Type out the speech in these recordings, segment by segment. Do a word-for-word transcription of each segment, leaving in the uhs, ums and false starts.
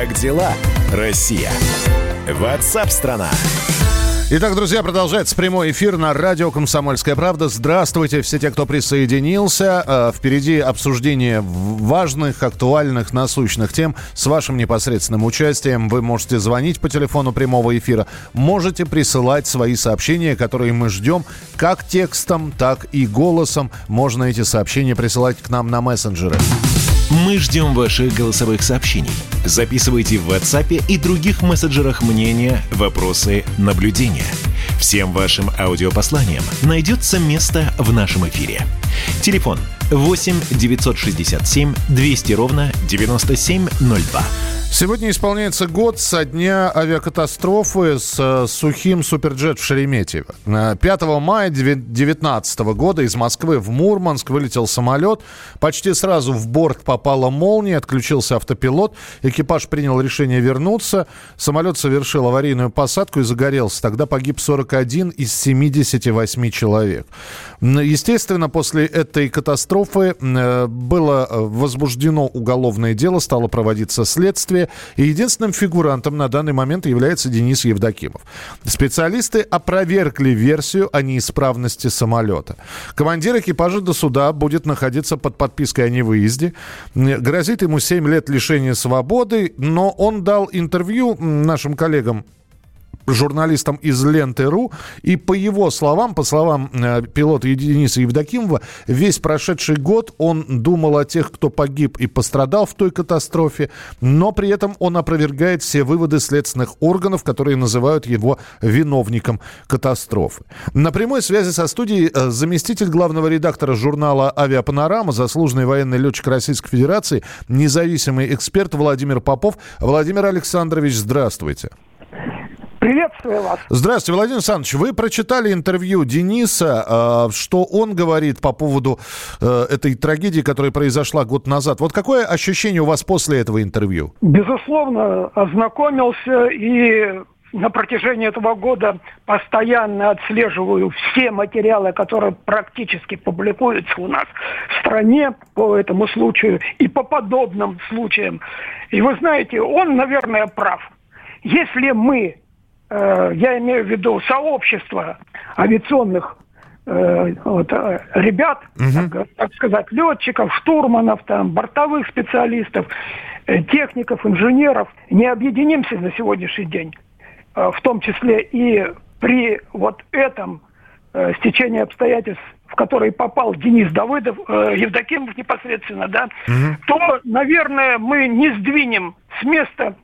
Как дела, Россия? Ватсап-страна! Итак, друзья, продолжается прямой эфир на радио «Комсомольская правда». Здравствуйте, все те, кто присоединился. Впереди обсуждение важных, актуальных, насущных тем с вашим непосредственным участием. Вы можете звонить по телефону прямого эфира, можете присылать свои сообщения, которые мы ждем, как текстом, так и голосом. Можно эти сообщения присылать к нам на мессенджеры. Мы ждем ваших голосовых сообщений. Записывайте в WhatsApp и других мессенджерах мнения, вопросы, наблюдения. Всем вашим аудиопосланиям найдется место в нашем эфире. Телефон восемь девятьсот шестьдесят семь двести ровно девяносто семь ноль два. Сегодня исполняется год со дня авиакатастрофы с сухим суперджет в Шереметьево. пятого мая две тысячи девятнадцатого года из Москвы в Мурманск вылетел самолет. Почти сразу в борт попала молния, отключился автопилот. Экипаж принял решение вернуться. Самолет совершил аварийную посадку и загорелся. Тогда погиб сорок один из семидесяти восьми человек. Естественно, после этой катастрофы было возбуждено уголовное дело, стало проводиться следствие. И единственным фигурантом на данный момент является Денис Евдокимов. Специалисты опровергли версию о неисправности самолета. Командир экипажа до суда будет находиться под подпиской о невыезде. Грозит ему семь лет лишения свободы, но он дал интервью нашим коллегам, журналистам из Ленты.ру, и по его словам, по словам э, пилота Дениса Евдокимова, весь прошедший год он думал о тех, кто погиб и пострадал в той катастрофе, но при этом он опровергает все выводы следственных органов, которые называют его виновником катастрофы. На прямой связи со студией э, заместитель главного редактора журнала «Авиапанорама», заслуженный военный летчик Российской Федерации, независимый эксперт Владимир Попов. Владимир Александрович, здравствуйте. Приветствую вас. Здравствуйте, Владимир Александрович. Вы прочитали интервью Дениса, что он говорит по поводу этой трагедии, которая произошла год назад. Вот какое ощущение у вас после этого интервью? Безусловно, ознакомился и на протяжении этого года постоянно отслеживаю все материалы, которые практически публикуются у нас в стране по этому случаю и по подобным случаям. И вы знаете, он, наверное, прав. Если мы, э, я имею в виду сообщество авиационных э, вот, э, ребят, угу. так, так сказать, летчиков, штурманов, там, бортовых специалистов, э, техников, инженеров, не объединимся на сегодняшний день, э, в том числе и при вот этом э, стечении обстоятельств, в который попал Денис Давыдов, э, Евдокимов непосредственно, да, угу. то, наверное, мы не сдвинем с места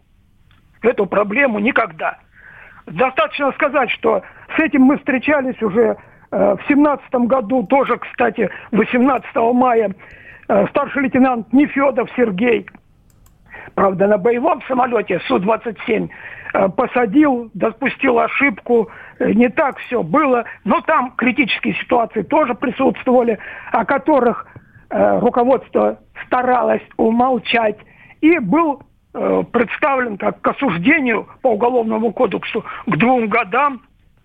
эту проблему никогда. Достаточно сказать, что с этим мы встречались уже э, в семнадцатом году, тоже, кстати, восемнадцатого мая, э, старший лейтенант Нефедов Сергей, правда, на боевом самолете Су двадцать семь, э, посадил, допустил ошибку, э, не так все было, но там критические ситуации тоже присутствовали, о которых э, руководство старалось умолчать, и был представлен как к осуждению по Уголовному кодексу к двум годам,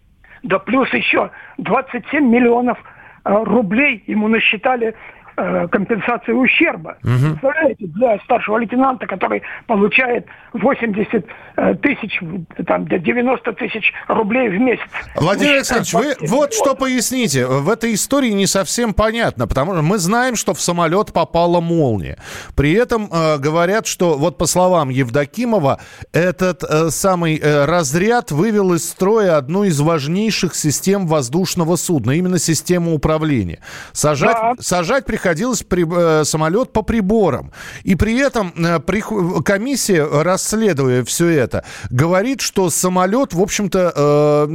да плюс еще двадцать семь миллионов э, рублей ему насчитали э, компенсации ущерба. Угу. Представляете, для старшего лейтенанта, который получает восемьдесят тысяч, там, девяносто тысяч рублей в месяц. Владимир Александрович, вы вот что поясните. В этой истории не совсем понятно, потому что мы знаем, что в самолет попала молния. При этом э, говорят, что, вот по словам Евдокимова, этот э, самый э, разряд вывел из строя одну из важнейших систем воздушного судна, именно систему управления. Сажать, да. сажать приходилось при, э, самолет по приборам. И при этом э, при, комиссия, расследуя все это, говорит, что самолет, в общем-то, э,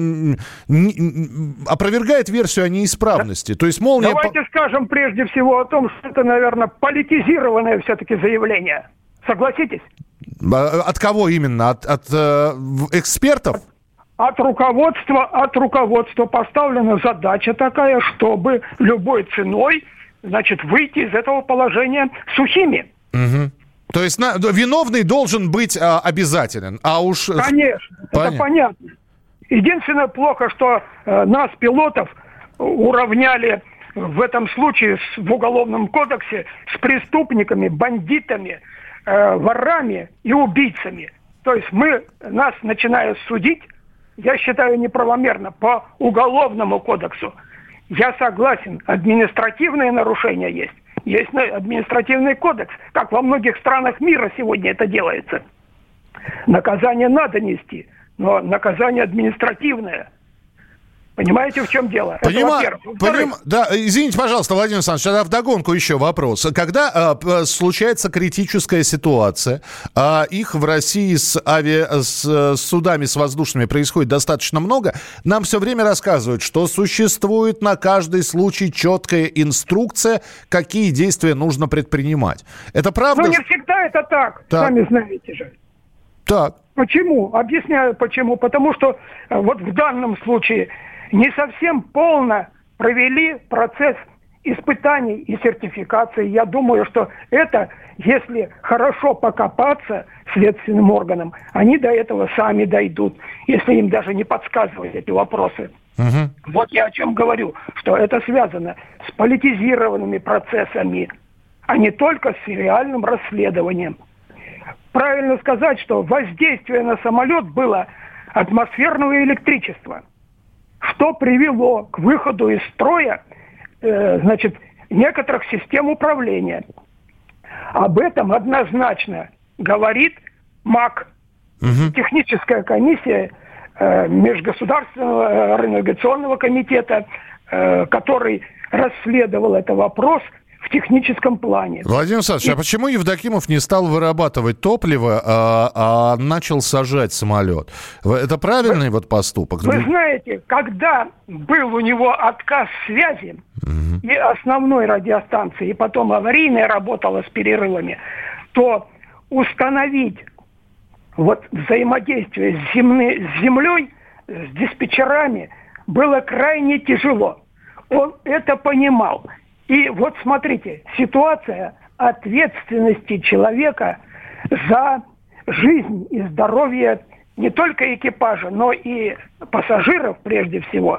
не, опровергает версию о неисправности. То есть молния... Давайте скажем прежде всего о том, что это, наверное, политизированное все-таки заявление. Согласитесь? От кого именно? От, от э, экспертов? От руководства, от руководства поставлена задача такая, чтобы любой ценой, значит, выйти из этого положения сухими. Угу. То есть на, виновный должен быть а, обязателен, а уж... Конечно, понятно. Это понятно. Единственное плохо, что э, нас, пилотов, уравняли в этом случае с, в Уголовном кодексе с преступниками, бандитами, э, ворами и убийцами. То есть мы, нас начинают судить, я считаю, неправомерно по Уголовному кодексу. Я согласен, административные нарушения есть. Есть административный кодекс, как во многих странах мира сегодня это делается. Наказание надо нести, но наказание административное. Понимаете, в чем дело? Понимаю. Поним... Да, извините, пожалуйста, Владимир Александрович, тогда вдогонку еще вопрос. Когда э, случается критическая ситуация, э, их в России с, ави... с, с судами, с воздушными происходит достаточно много, нам все время рассказывают, что существует на каждый случай четкая инструкция, какие действия нужно предпринимать. Это правда? Ну, не всегда это так, так. Сами знаете же. Так. Почему? Объясняю, почему. Потому что э, вот в данном случае не совсем полно провели процесс испытаний и сертификации. Я думаю, что это, если хорошо покопаться следственным органам, они до этого сами дойдут, если им даже не подсказывать эти вопросы. Угу. Вот я о чем говорю, что это связано с политизированными процессами, а не только с реальным расследованием. Правильно сказать, что воздействие на самолет было атмосферного электричества, что привело к выходу из строя, э, значит, некоторых систем управления. Об этом однозначно говорит МАК, угу. Техническая комиссия э, Межгосударственного авиационного комитета, э, который расследовал этот вопрос в техническом плане. Владимир Александрович, И... а почему Евдокимов не стал вырабатывать топливо, а, а начал сажать самолет? Это правильный вы, вот поступок? Вы знаете, когда был у него отказ связи угу. и основной радиостанции, и потом аварийная работала с перерывами, то установить вот взаимодействие с, земны, с землей, с диспетчерами было крайне тяжело. Он это понимал. И вот смотрите, ситуация ответственности человека за жизнь и здоровье не только экипажа, но и пассажиров прежде всего.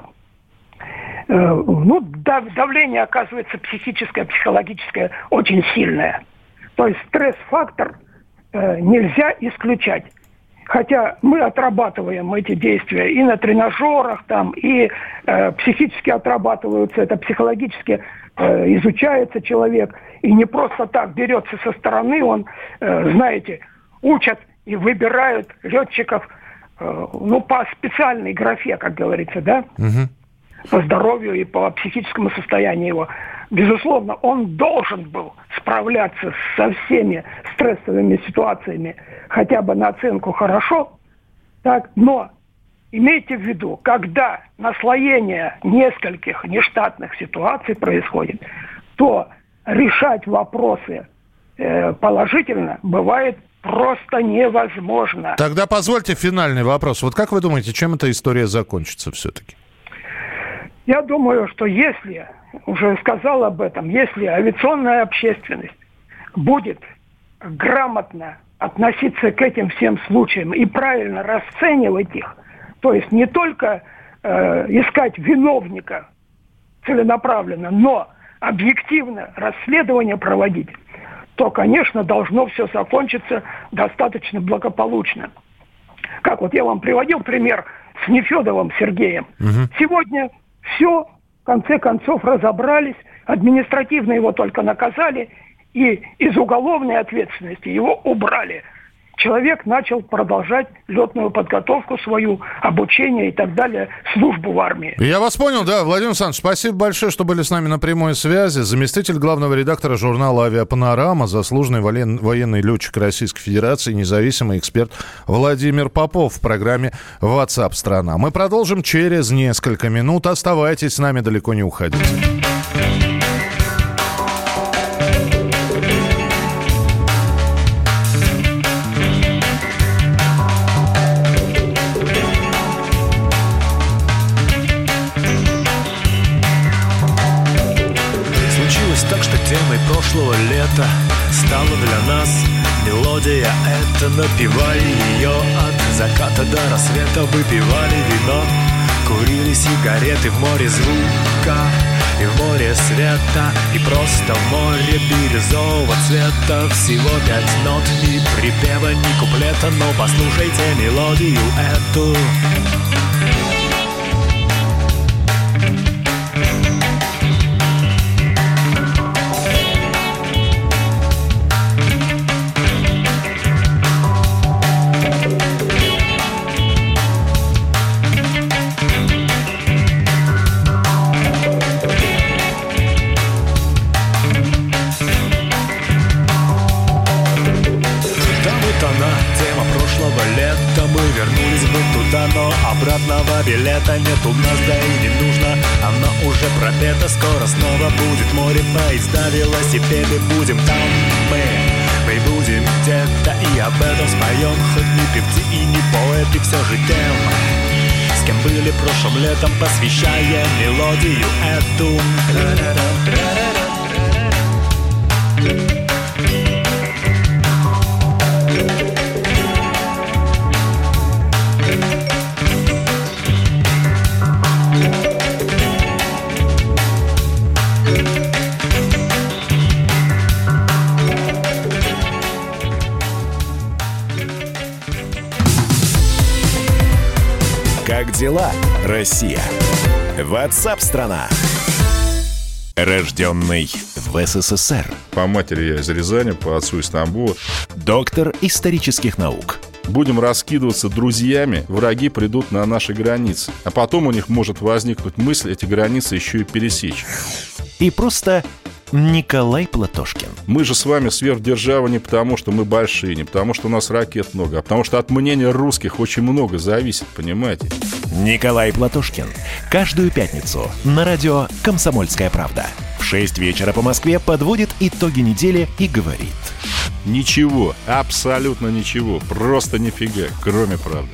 Ну, давление, оказывается, психическое, психологическое очень сильное. То есть стресс-фактор нельзя исключать. Хотя мы отрабатываем эти действия и на тренажерах, там, и э, психически отрабатываются, это психологически э, изучается человек. И не просто так берется со стороны, он, э, знаете, учат и выбирают летчиков э, ну, по специальной графе, как говорится, да, угу. по здоровью и по психическому состоянию его. Безусловно, он должен был справляться со всеми стрессовыми ситуациями хотя бы на оценку хорошо, так, но имейте в виду, когда наслоение нескольких нештатных ситуаций происходит, то решать вопросы э, положительно бывает просто невозможно. Тогда позвольте финальный вопрос. Вот как вы думаете, чем эта история закончится все-таки? Я думаю, что если, уже сказал об этом, если авиационная общественность будет грамотно относиться к этим всем случаям и правильно расценивать их, то есть не только э, искать виновника целенаправленно, но объективно расследование проводить, то, конечно, должно все закончиться достаточно благополучно. Как вот я вам приводил пример с Нефедовым Сергеем. Угу. Сегодня все, в конце концов, разобрались, административно его только наказали, и из уголовной ответственности его убрали. Человек начал продолжать летную подготовку свою, обучение и так далее, службу в армии. Я вас понял, да. Владимир Александрович, спасибо большое, что были с нами на прямой связи. Заместитель главного редактора журнала «Авиапанорама», заслуженный воен... военный летчик Российской Федерации, независимый эксперт Владимир Попов в программе WhatsApp страна. Мы продолжим через несколько минут. Оставайтесь с нами, далеко не уходите. Прошлого лета стала для нас мелодия эта. Напевали ее от заката до рассвета, выпивали вино, курили сигареты в море звука. и в море света, и просто в море бирюзового цвета. Всего пять нот, ни припева, ни куплета, но послушайте мелодию эту. Но обратного билета нет у нас, да и не нужно. Оно уже пропето, скоро снова будет море, поезда, велосипеды. Будем там мы, мы будем где-то, и об этом споем. Хоть не певцы и не поэты, все же тем, с кем были прошлым летом, посвящая мелодию эту. Как дела, Россия? WhatsApp-страна. Рожденный в СССР. По матери я из Рязани, по отцу из Тамбова. Доктор исторических наук. Будем раскидываться друзьями, враги придут на наши границы. А потом у них может возникнуть мысль эти границы еще и пересечь. И просто Николай Платошкин. Мы же с вами сверхдержава не потому, что мы большие, не потому, что у нас ракет много, а потому что от мнения русских очень много зависит, понимаете? Николай Платошкин. Каждую пятницу на радио «Комсомольская правда». В шесть вечера по Москве подводит итоги недели и говорит: ничего, абсолютно ничего, просто нифига, кроме правды.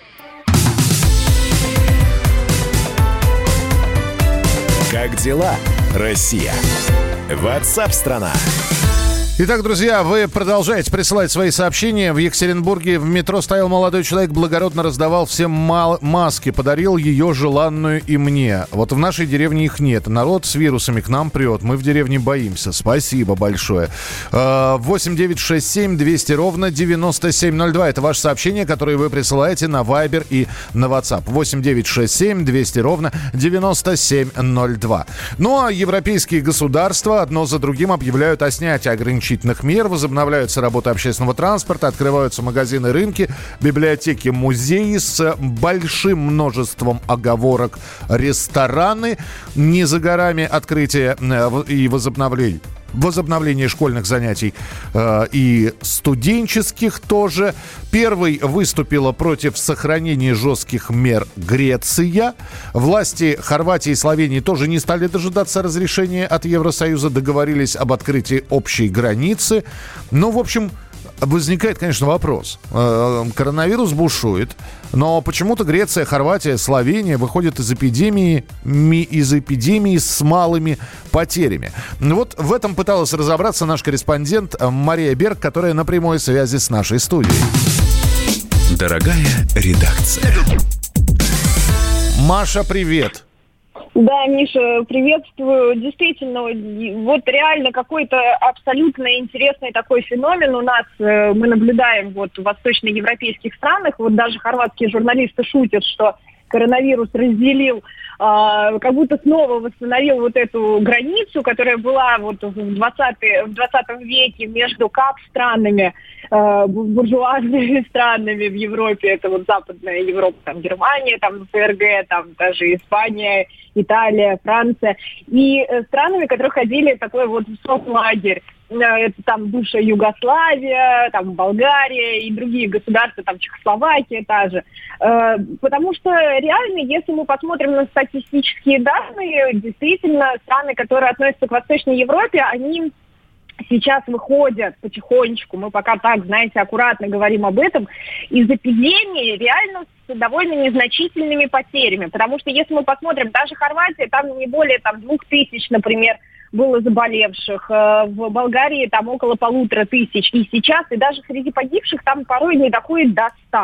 Как дела, Россия? WhatsApp-страна. Итак, друзья, вы продолжаете присылать свои сообщения. В Екатеринбурге в метро стоял молодой человек, благородно раздавал всем мал- маски, подарил ее желанную и мне. Вот в нашей деревне их нет. Народ с вирусами к нам прет. Мы в деревне боимся. Спасибо большое. восемь девятьсот шестьдесят семь двести ровно девяносто семь ноль два. Это ваше сообщение, которое вы присылаете на Viber и на WhatsApp. восемь девятьсот шестьдесят семь двести ровно девяносто семь ноль два. Ну а европейские государства одно за другим объявляют о снятии ограничений мер, возобновляются работы общественного транспорта, открываются магазины, рынки, библиотеки, музеи с большим множеством оговорок, рестораны, не за горами открытие и возобновление. Возобновление школьных занятий э, и студенческих тоже. Первой выступила против сохранения жестких мер Греция. Власти Хорватии и Словении тоже не стали дожидаться разрешения от Евросоюза, договорились об открытии общей границы. Ну, в общем, возникает, конечно, вопрос. Э, коронавирус бушует, но почему-то Греция, Хорватия, Словения выходят из эпидемии, ми, из эпидемии с малыми потерями. Вот в этом пыталась разобраться наш корреспондент Мария Берг, которая на прямой связи с нашей студией. Дорогая редакция. Маша, привет. Да, Миша, приветствую. Действительно, вот реально какой-то абсолютно интересный такой феномен у нас мы наблюдаем вот в восточноевропейских странах. Вот даже хорватские журналисты шутят, что коронавирус разделил, э, как будто снова восстановил вот эту границу, которая была вот в двадцатом веке между кап-странами, э, буржуазными странами в Европе, это вот Западная Европа, там Германия, там ФРГ, там даже Испания, Италия, Франция, и э, странами, которые ходили в такой вот соцлагерь. Это там бывшая Югославия, там Болгария и другие государства, там Чехословакия та же. Э, потому что реально, если мы посмотрим на статистические данные, действительно, страны, которые относятся к Восточной Европе, они сейчас выходят потихонечку, мы пока так, знаете, аккуратно говорим об этом, из эпидемии реально с довольно незначительными потерями. Потому что если мы посмотрим, даже Хорватия, там не более там, двух тысяч, например, было заболевших, в Болгарии там около полутора тысяч, и сейчас, и даже среди погибших там порой не доходит до ста.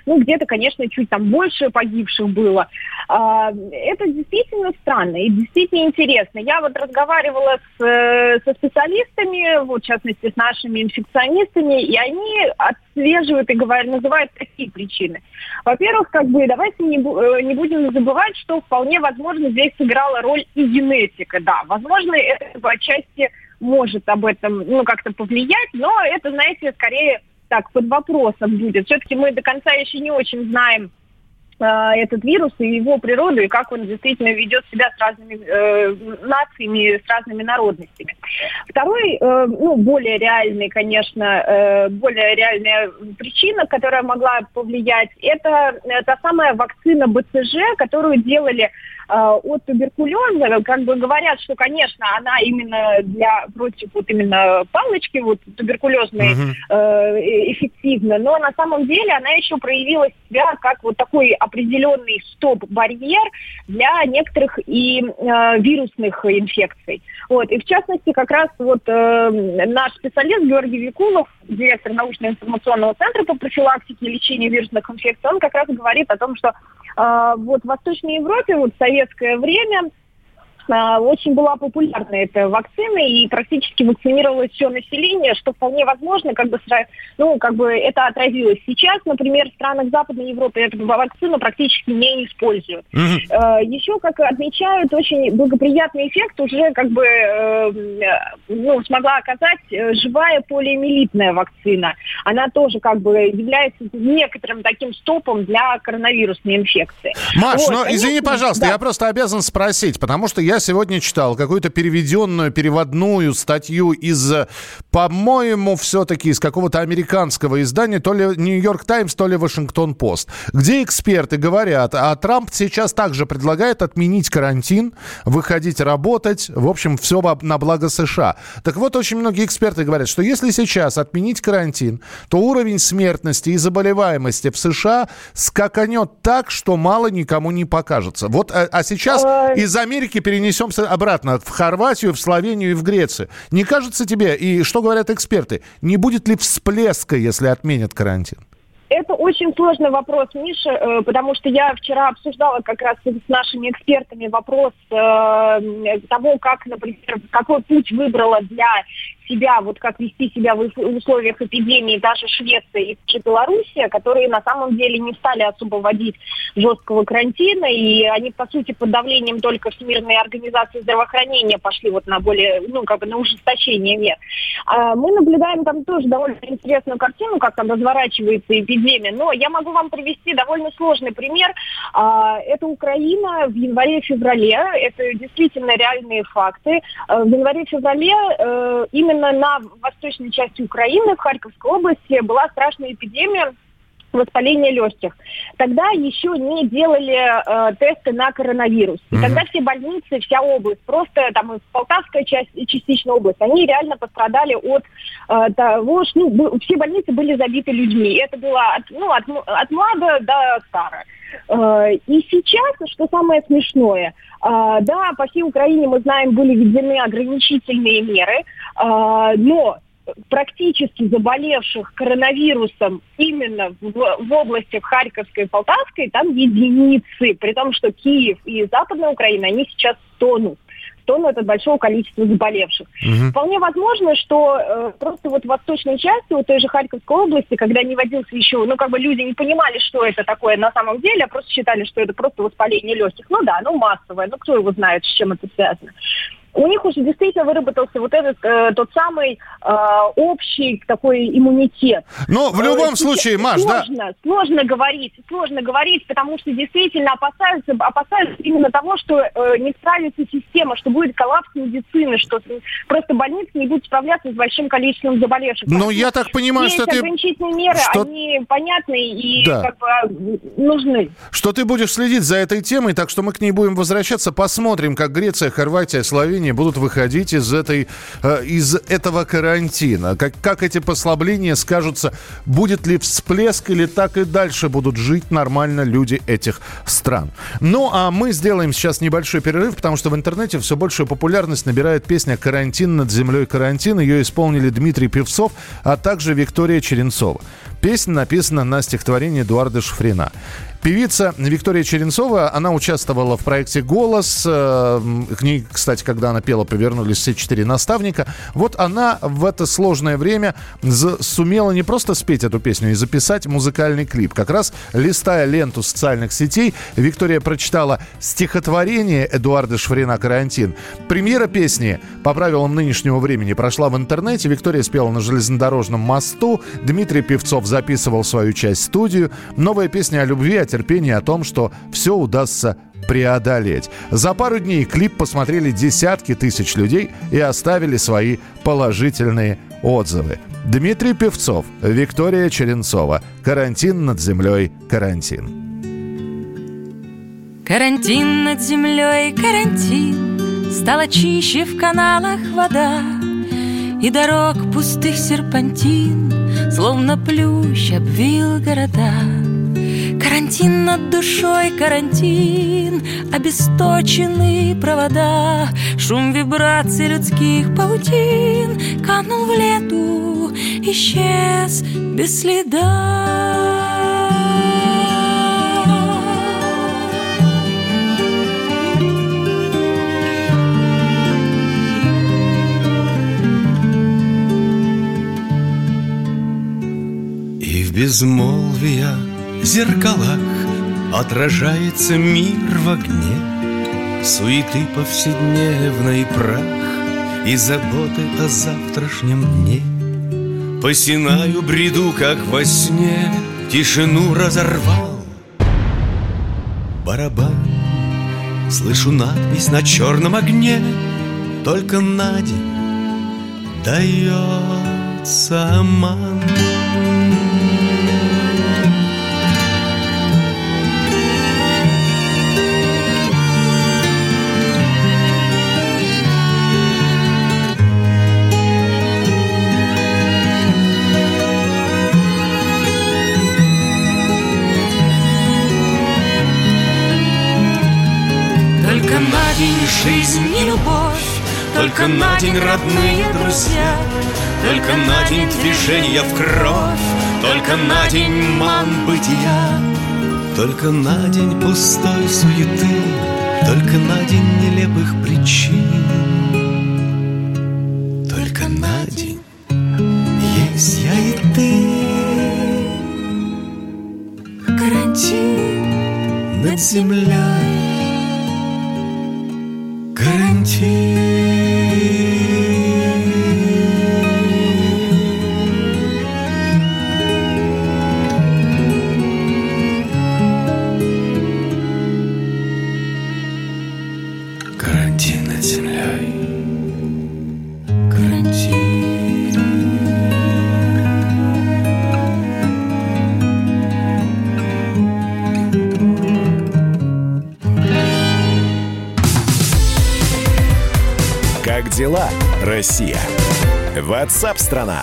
ну, где-то, конечно, чуть там больше погибших было. Это действительно странно и действительно интересно. Я вот разговаривала с, со специалистами, вот, в частности, с нашими инфекционистами, и они отслеживают и говорят, называют такие причины. Во-первых, как бы давайте не, не будем забывать, что вполне возможно здесь сыграла роль и генетика. Да, возможно, это как бы, отчасти может об этом, ну, как-то повлиять, но это, знаете, скорее так, под вопросом будет. Все-таки мы до конца еще не очень знаем э, этот вирус и его природу, и как он действительно ведет себя с разными э, нациями, с разными народностями. Второй, э, ну, более реальный, конечно, э, более реальная причина, которая могла повлиять, это э, та самая вакцина бэ цэ жэ, которую делали от туберкулеза. Как бы говорят, что, конечно, она именно для против вот именно палочки вот туберкулезной uh-huh. э, эффективна, но на самом деле она еще проявила себя как вот такой определенный стоп-барьер для некоторых и э, вирусных инфекций. Вот. И в частности, как раз вот э, наш специалист Георгий Викулов, директор научно-информационного центра по профилактике и лечению вирусных инфекций, он как раз говорит о том, что э, вот в Восточной Европе вот в советское время очень была популярна эта вакцина, и практически вакцинировалось все население, что вполне возможно, как бы, ну, как бы это отразилось. Сейчас, например, в странах Западной Европы эту вакцину практически не используют. Mm-hmm. Еще, как отмечают, очень благоприятный эффект уже как бы ну, смогла оказать живая полиомиелитная вакцина. Она тоже как бы является некоторым таким стопом для коронавирусной инфекции. Маш, вот, ну конечно, извини, пожалуйста, да. Я просто обязан спросить, потому что я сегодня читал какую-то переведенную, переводную статью из, по-моему, все-таки из какого-то американского издания, то ли Нью-Йорк Таймс, то ли Вашингтон Пост, где эксперты говорят, а Трамп сейчас также предлагает отменить карантин, выходить работать, в общем, все на благо США. Так вот, очень многие эксперты говорят, что если сейчас отменить карантин, то уровень смертности и заболеваемости в США скаканет так, что мало никому не покажется. Вот, а, а сейчас из Америки перенесем обратно в Хорватию, в Словению и в Грецию. Не кажется тебе, и что говорят эксперты, не будет ли всплеска, если отменят карантин? Это очень сложный вопрос, Миша, потому что я вчера обсуждала как раз с нашими экспертами вопрос э, того, как, например, какой путь выбрала для себя, вот как вести себя в условиях эпидемии даже Швеция и Белоруссия, которые на самом деле не стали особо вводить жесткого карантина, и они, по сути, под давлением только Всемирной организации здравоохранения пошли вот на более, ну, как бы на ужесточение мер. А мы наблюдаем там тоже довольно интересную картину, как там разворачивается эпидемия, но я могу вам привести довольно сложный пример. А, это Украина в январе-феврале, это действительно реальные факты. А, в январе-феврале э, именно на восточной части Украины, в Харьковской области, была страшная эпидемия воспаления легких. Тогда еще не делали э, тесты на коронавирус. И mm-hmm. тогда все больницы, вся область, просто там Полтавская часть и частично область, они реально пострадали от э, того, что ну, все больницы были забиты людьми. Это было от, ну, от, от млада до стара. Э, и сейчас, что самое смешное, э, да, по всей Украине, мы знаем, были введены ограничительные меры, э, но практически заболевших коронавирусом именно в, в области Харьковской и Полтавской там единицы, при том, что Киев и Западная Украина, они сейчас тонут. Тонут от большого количества заболевших. Угу. Вполне возможно, что э, просто вот в восточной части, вот той же Харьковской области, когда не вводился еще, ну, как бы люди не понимали, что это такое на самом деле, а просто считали, что это просто воспаление легких. Ну да, ну массовое, ну кто его знает, с чем это связано. У них уже действительно выработался вот этот э, тот самый э, общий такой иммунитет. Но в любом э, случае, Маш, сложно, да? Сложно говорить, сложно говорить, потому что действительно опасаются, опасаются именно того, что э, не справится система, что будет коллапс медицины, что просто больницы не будут справляться с большим количеством заболевших. Ну, я так понимаю, что ты... ограничительные меры, что... они понятны и да. как бы нужны. Что ты будешь следить за этой темой, так что мы к ней будем возвращаться, посмотрим, как Греция, Хорватия, Словения послабления будут выходить из, этой, э, из этого карантина? Как, как эти послабления скажутся? Будет ли всплеск или так и дальше будут жить нормально люди этих стран? Ну, а мы сделаем сейчас небольшой перерыв, потому что в интернете все большую популярность набирает песня «Карантин над землей, карантин». Ее исполнили Дмитрий Певцов, а также Виктория Черенцова. Песня написана на стихотворение Эдуарда Шифрина. Певица Виктория Черенцова, она участвовала в проекте «Голос». К ней, кстати, когда она пела, повернулись все четыре наставника. Вот она в это сложное время сумела не просто спеть эту песню и записать музыкальный клип. Как раз, листая ленту социальных сетей, Виктория прочитала стихотворение Эдуарда Шифрина «Карантин». Премьера песни по правилам нынешнего времени прошла в интернете. Виктория спела на железнодорожном мосту. Дмитрий Певцов записывал свою часть в студию. Новая песня о любви, о терпении, о том, что все удастся преодолеть. За пару дней клип посмотрели десятки тысяч людей и оставили свои положительные отзывы. Дмитрий Певцов, Виктория Черенцова. «Карантин над землей, карантин». Карантин над землей, карантин. Стала чище в каналах вода, и дорог пустых серпантин словно плющ обвил города. Карантин над душой, карантин, обесточенные провода, шум вибраций людских паутин канул в лету, исчез без следа. И в безмолвия зеркалах отражается мир в огне суеты повседневной прах и заботы о завтрашнем дне. По Синаю бреду, как во сне, тишину разорвал барабан. Слышу надпись на черном огне: только на день дается ман. Только на день жизнь и любовь, только на день родные друзья, только на день движения в кровь, только на день ман бытия. Только на день пустой суеты, только на день нелепых причин, только на день есть я и ты. Карантин над землей, карантин. Карантин над землей, карантин. Как дела, Россия? WhatsApp-страна.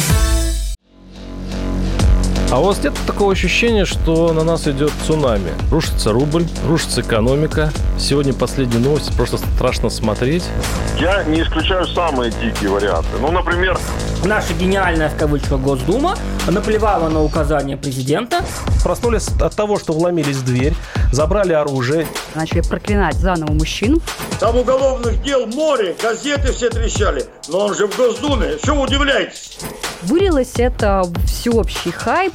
А у вас нет такого ощущения, что на нас идет цунами? Рушится рубль, рушится экономика. Сегодня последние новости, просто страшно смотреть. Я не исключаю самые дикие варианты. Ну, например... Наша гениальная, в кавычках, Госдума наплевала на указания президента. Проснулись от того, что вломились в дверь, забрали оружие. Начали проклинать заново мужчин. Там уголовных дел море, газеты все трещали. Но он же в Госдуме, что вы удивляетесь? Вылилось это в всеобщий хайп.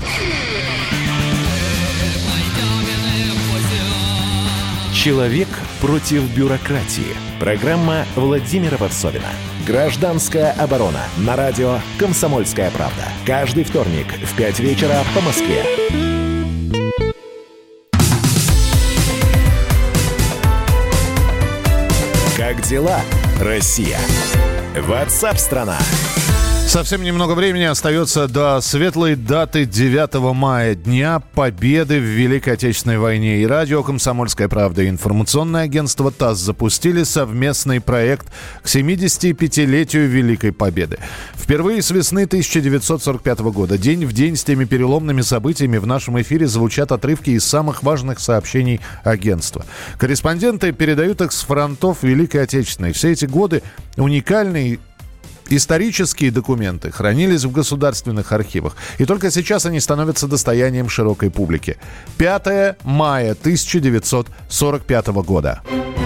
Человек против бюрократии. Программа Владимира Варсовина. Гражданская оборона. На радио «Комсомольская правда». Каждый вторник в пять вечера по Москве. Как дела, Россия? WhatsApp-страна. Совсем немного времени остается до светлой даты девятого мая, Дня Победы в Великой Отечественной войне. И радио «Комсомольская правда» и информационное агентство ТАСС запустили совместный проект к семидесятипятилетию Великой Победы. Впервые с весны тысяча девятьсот сорок пятого года, день в день с теми переломными событиями, в нашем эфире звучат отрывки из самых важных сообщений агентства. Корреспонденты передают их с фронтов Великой Отечественной. Все эти годы уникальный исторические документы хранились в государственных архивах, и только сейчас они становятся достоянием широкой публики. пятого мая тысяча девятьсот сорок пятого года.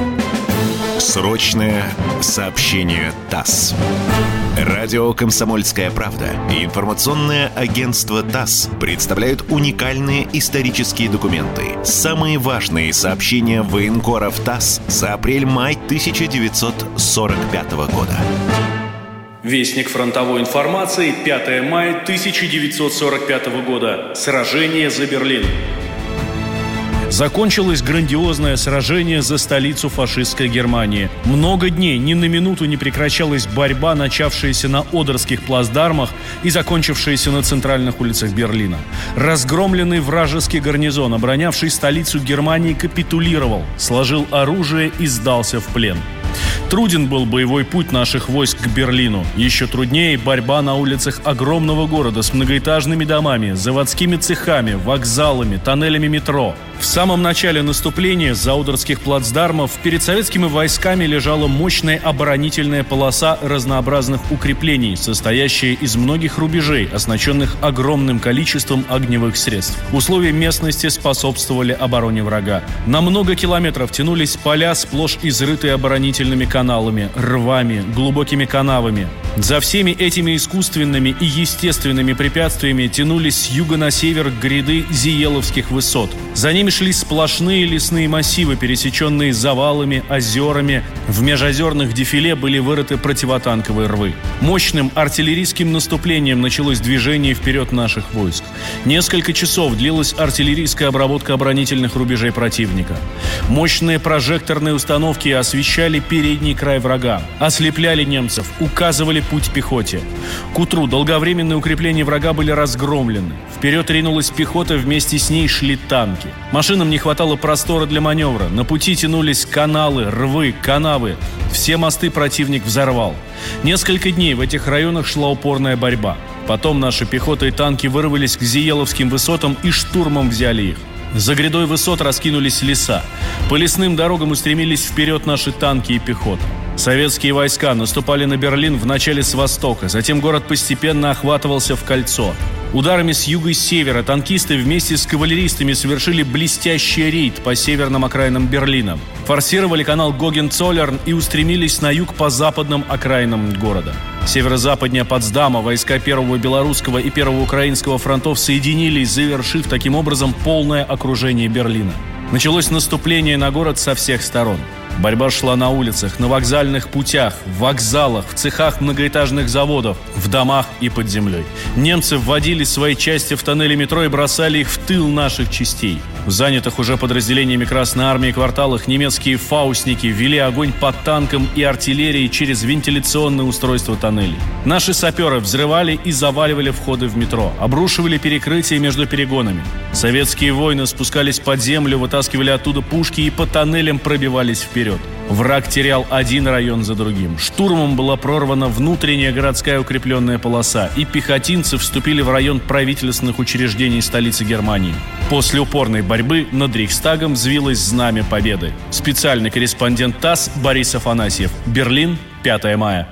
Срочное сообщение ТАСС. Радио «Комсомольская правда» и информационное агентство ТАСС представляют уникальные исторические документы. Самые важные сообщения военкоров ТАСС за апрель-май тысяча девятьсот сорок пятого года. Вестник фронтовой информации, пятого мая тысяча девятьсот сорок пятого года. Сражение за Берлин. Закончилось грандиозное сражение за столицу фашистской Германии. Много дней ни на минуту не прекращалась борьба, начавшаяся на Одерских плацдармах и закончившаяся на центральных улицах Берлина. Разгромленный вражеский гарнизон, оборонявший столицу Германии, капитулировал, сложил оружие и сдался в плен. Труден был боевой путь наших войск к Берлину. Еще труднее борьба на улицах огромного города с многоэтажными домами, заводскими цехами, вокзалами, тоннелями метро. В самом начале наступления с Одерских плацдармов перед советскими войсками лежала мощная оборонительная полоса разнообразных укреплений, состоящая из многих рубежей, оснащенных огромным количеством огневых средств. Условия местности способствовали обороне врага. На много километров тянулись поля, сплошь изрытые оборонительными каналами, рвами, глубокими канавами. За всеми этими искусственными и естественными препятствиями тянулись с юга на север гряды Зиеловских высот. За ними шли сплошные лесные массивы, пересеченные завалами, озерами. В межозерных дефиле были вырыты противотанковые рвы. Мощным артиллерийским наступлением началось движение вперед наших войск. Несколько часов длилась артиллерийская обработка оборонительных рубежей противника. Мощные прожекторные установки освещали передний край врага, ослепляли немцев, указывали путь пехоте. К утру долговременные укрепления врага были разгромлены. Вперед ринулась пехота, вместе с ней шли танки. Машинам не хватало простора для маневра. На пути тянулись каналы, рвы, канавы. Все мосты противник взорвал. Несколько дней в этих районах шла упорная борьба. Потом наши пехота и танки вырвались к Зиеловским высотам и штурмом взяли их. За грядой высот раскинулись леса. По лесным дорогам устремились вперед наши танки и пехота. Советские войска наступали на Берлин вначале с востока, затем город постепенно охватывался в кольцо. Ударами с юга и с севера танкисты вместе с кавалеристами совершили блестящий рейд по северным окраинам Берлина. Форсировали канал Гогенцоллерн и устремились на юг по западным окраинам города. Северо-западнее Потсдама войска Первого Белорусского и Первого Украинского фронтов соединились, завершив таким образом полное окружение Берлина. Началось наступление на город со всех сторон. Борьба шла на улицах, на вокзальных путях, в вокзалах, в цехах многоэтажных заводов, в домах и под землей. Немцы вводили свои части в тоннели метро и бросали их в тыл наших частей. В занятых уже подразделениями Красной Армии кварталах немецкие фаустники вели огонь по танкам и артиллерии через вентиляционные устройства тоннелей. Наши саперы взрывали и заваливали входы в метро, обрушивали перекрытия между перегонами. Советские воины спускались под землю, вытаскивали оттуда пушки и по тоннелям пробивались вперед. Враг терял один район за другим. Штурмом была прорвана внутренняя городская укрепленная полоса, и пехотинцы вступили в район правительственных учреждений столицы Германии. После упорной борьбы над Рейхстагом взвилось знамя победы. Специальный корреспондент ТАСС Борис Афанасьев. Берлин, пятого мая.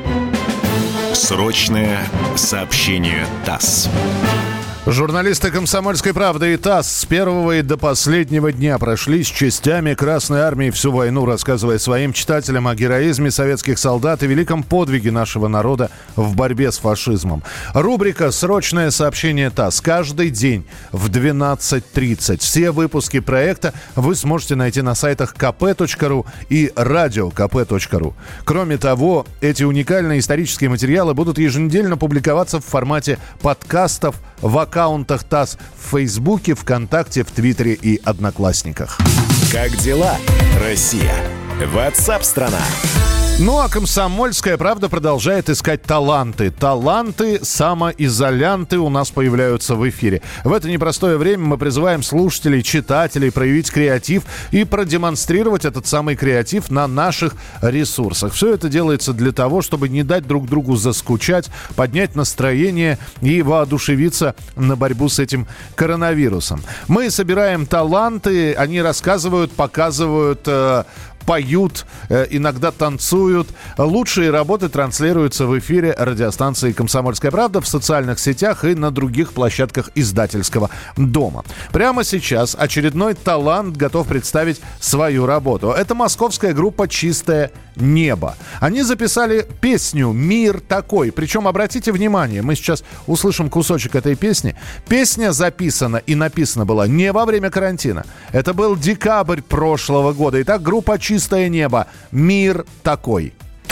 Срочное сообщение ТАСС. Журналисты «Комсомольской правды» и ТАСС с первого и до последнего дня прошли с частями Красной Армии всю войну, рассказывая своим читателям о героизме советских солдат и великом подвиге нашего народа в борьбе с фашизмом. Рубрика «Срочное сообщение ТАСС» каждый день в двенадцать тридцать. Все выпуски проекта вы сможете найти на сайтах ка пэ точка ру и радио ка пэ точка ру. Кроме того, эти уникальные исторические материалы будут еженедельно публиковаться в формате подкастов в аккаунтах ТАСС в Фейсбуке, ВКонтакте, в Твиттере и Одноклассниках. Как дела, Россия? Ватсап-страна! Ну, а «Комсомольская правда» продолжает искать таланты. Таланты, самоизолянты у нас появляются в эфире. В это непростое время мы призываем слушателей, читателей проявить креатив и продемонстрировать этот самый креатив на наших ресурсах. Все это делается для того, чтобы не дать друг другу заскучать, поднять настроение и воодушевиться на борьбу с этим коронавирусом. Мы собираем таланты, они рассказывают, показывают... Э, поют, иногда танцуют. Лучшие работы транслируются в эфире радиостанции «Комсомольская правда» в социальных сетях и на других площадках издательского дома. Прямо сейчас очередной талант готов представить свою работу. Это московская группа «Чистое небо». Они записали песню «Мир такой». Причем, обратите внимание, мы сейчас услышим кусочек этой песни. Песня записана и написана была не во время карантина. Это был декабрь прошлого года. Итак, группа «Чистое небо». «Мир такой».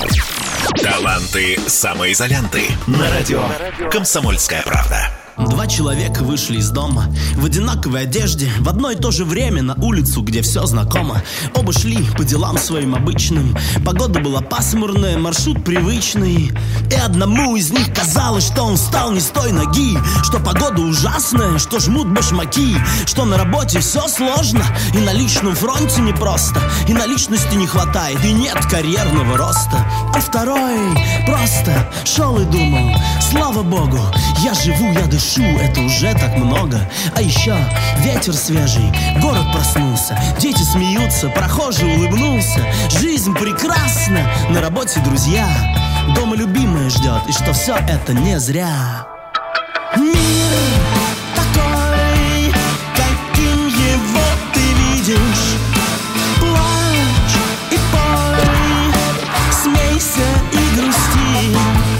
Таланты самоизолянты. На радио «Комсомольская правда». Два человека вышли из дома в одинаковой одежде, в одно и то же время на улицу, где все знакомо. Оба шли по делам своим обычным. Погода была пасмурная, маршрут привычный. И одному из них казалось, что он встал не с той ноги, что погода ужасная, что жмут башмаки, что на работе все сложно, и на личном фронте непросто, и на личности не хватает, и нет карьерного роста. А второй просто шел и думал: слава богу, я живу, я дышу, это уже так много. А еще ветер свежий, город проснулся, дети смеются, прохожий улыбнулся. Жизнь прекрасна, на работе друзья, дома любимая ждет, и что все это не зря. Мир такой, каким его ты видишь. Плачь и пой, смейся и грусти.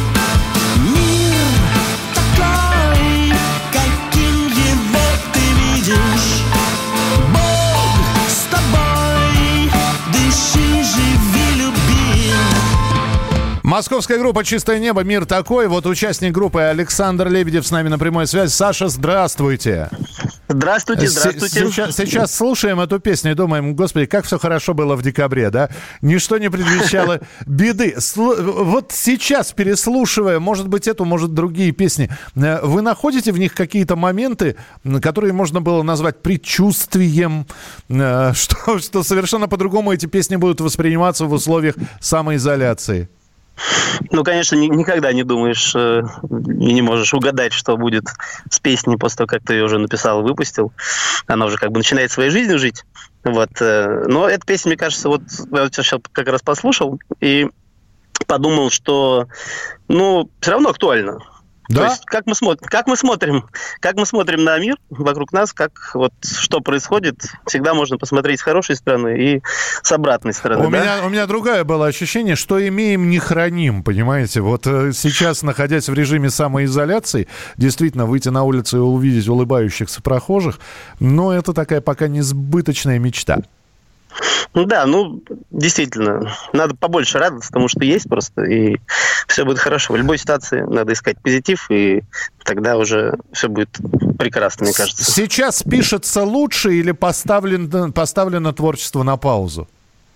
Московская группа «Чистое небо», «Мир такой». Вот участник группы Александр Лебедев с нами на прямой связи. Саша, здравствуйте. Здравствуйте, здравствуйте. Сейчас, сейчас слушаем эту песню и думаем: господи, как все хорошо было в декабре, да? Ничто не предвещало беды. Вот сейчас, переслушивая, может быть, эту, может, другие песни, вы находите в них какие-то моменты, которые можно было назвать предчувствием, что, что совершенно по-другому эти песни будут восприниматься в условиях самоизоляции? Ну, конечно, ни, никогда не думаешь э, и не можешь угадать, что будет с песней после того, как ты ее уже написал и выпустил. Она уже как бы начинает своей жизнью жить. Вот, э, но эта песня, мне кажется, вот я сейчас как раз послушал и подумал, что, ну, все равно актуально. Да? То есть, как мы смотрим, как мы смотрим, как мы смотрим на мир вокруг нас, как вот что происходит, всегда можно посмотреть с хорошей стороны и с обратной стороны. У, да? меня, у меня другое было ощущение, что имеем, не храним, понимаете? Вот сейчас, находясь в режиме самоизоляции, действительно выйти на улицу и увидеть улыбающихся прохожих, но это такая пока несбыточная мечта. Ну да, ну, действительно, надо побольше радоваться тому, что есть просто, и все будет хорошо. В любой ситуации надо искать позитив, и тогда уже все будет прекрасно, мне кажется. Сейчас пишется лучше или поставлено, поставлено творчество на паузу?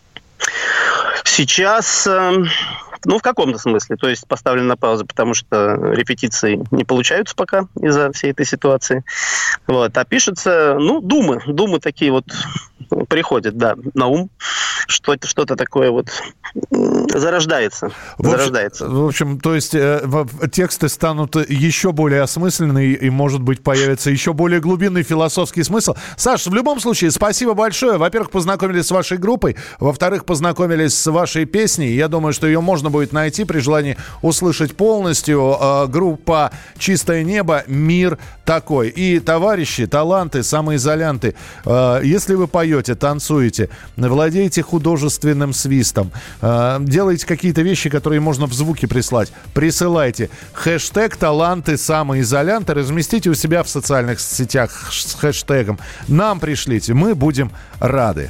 Сейчас... Ну, в каком-то смысле. То есть поставлено на паузу, потому что репетиции не получаются пока из-за всей этой ситуации. Вот. А пишется, ну, думы. Думы такие вот приходят, да, на ум. Что-то, что-то такое вот зарождается. В общем, зарождается. В общем, то есть э, тексты станут еще более осмысленные, и, может быть, появится еще более глубинный философский смысл. Саш, в любом случае, спасибо большое. Во-первых, познакомились с вашей группой. Во-вторых, познакомились с вашей песней. Я думаю, что ее можно будет найти при желании услышать полностью. Э, группа «Чистое небо», «Мир такой». И, товарищи, таланты, самоизолянты, э, если вы поете, танцуете, владеете художественным свистом, э, делаете какие-то вещи, которые можно в звуке прислать, присылайте. Хэштег «Таланты самоизолянты», разместите у себя в социальных сетях с хэштегом. Нам пришлите, мы будем рады.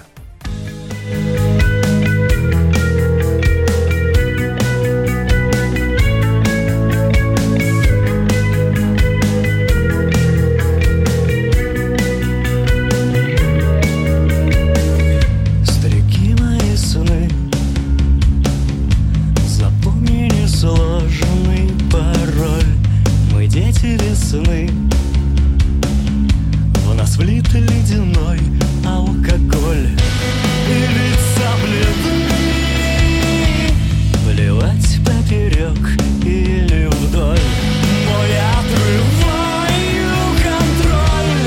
весны. В нас влит ледяной алкоголь, и лица бледны. Вливать поперек или вдоль, но я отрываю контроль.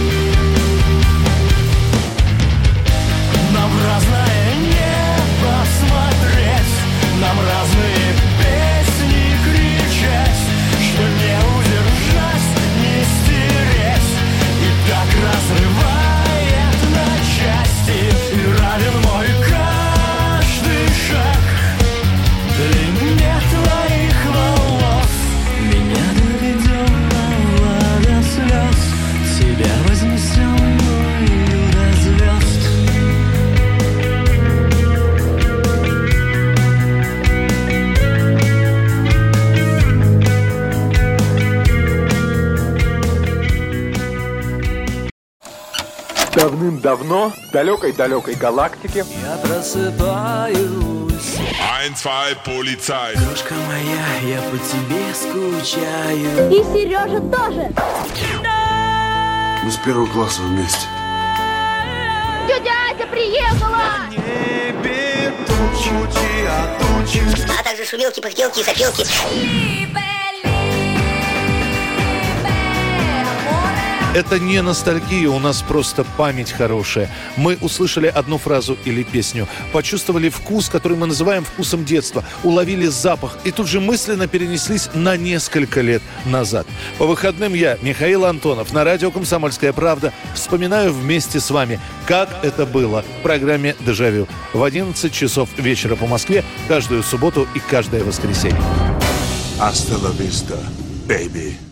Нам разное небо смотреть, нам разные песни кричать, что не удержать, не стереть, и так разрывает на части. И равен мой каждый шаг длине твоих волос. Меня доведенного до слез, тебя вознесенную до звезд. Давным-давно в далекой-далекой галактике Я просыпаюсь. Ein, zwei, полицай. Крошка моя, я по тебе скучаю. И Сережа тоже. Мы с первого класса вместе. Тетя Ася приехала! Небе тучи, а тучи. А также шумелки, пыхтелки и сопелки. Это не ностальгия, у нас просто память хорошая. Мы услышали одну фразу или песню, почувствовали вкус, который мы называем вкусом детства, уловили запах и тут же мысленно перенеслись на несколько лет назад. По выходным я, Михаил Антонов, на радио «Комсомольская правда» вспоминаю вместе с вами, как это было в программе «Дежавю» в одиннадцать часов вечера по Москве каждую субботу и каждое воскресенье. Hasta la vista, baby.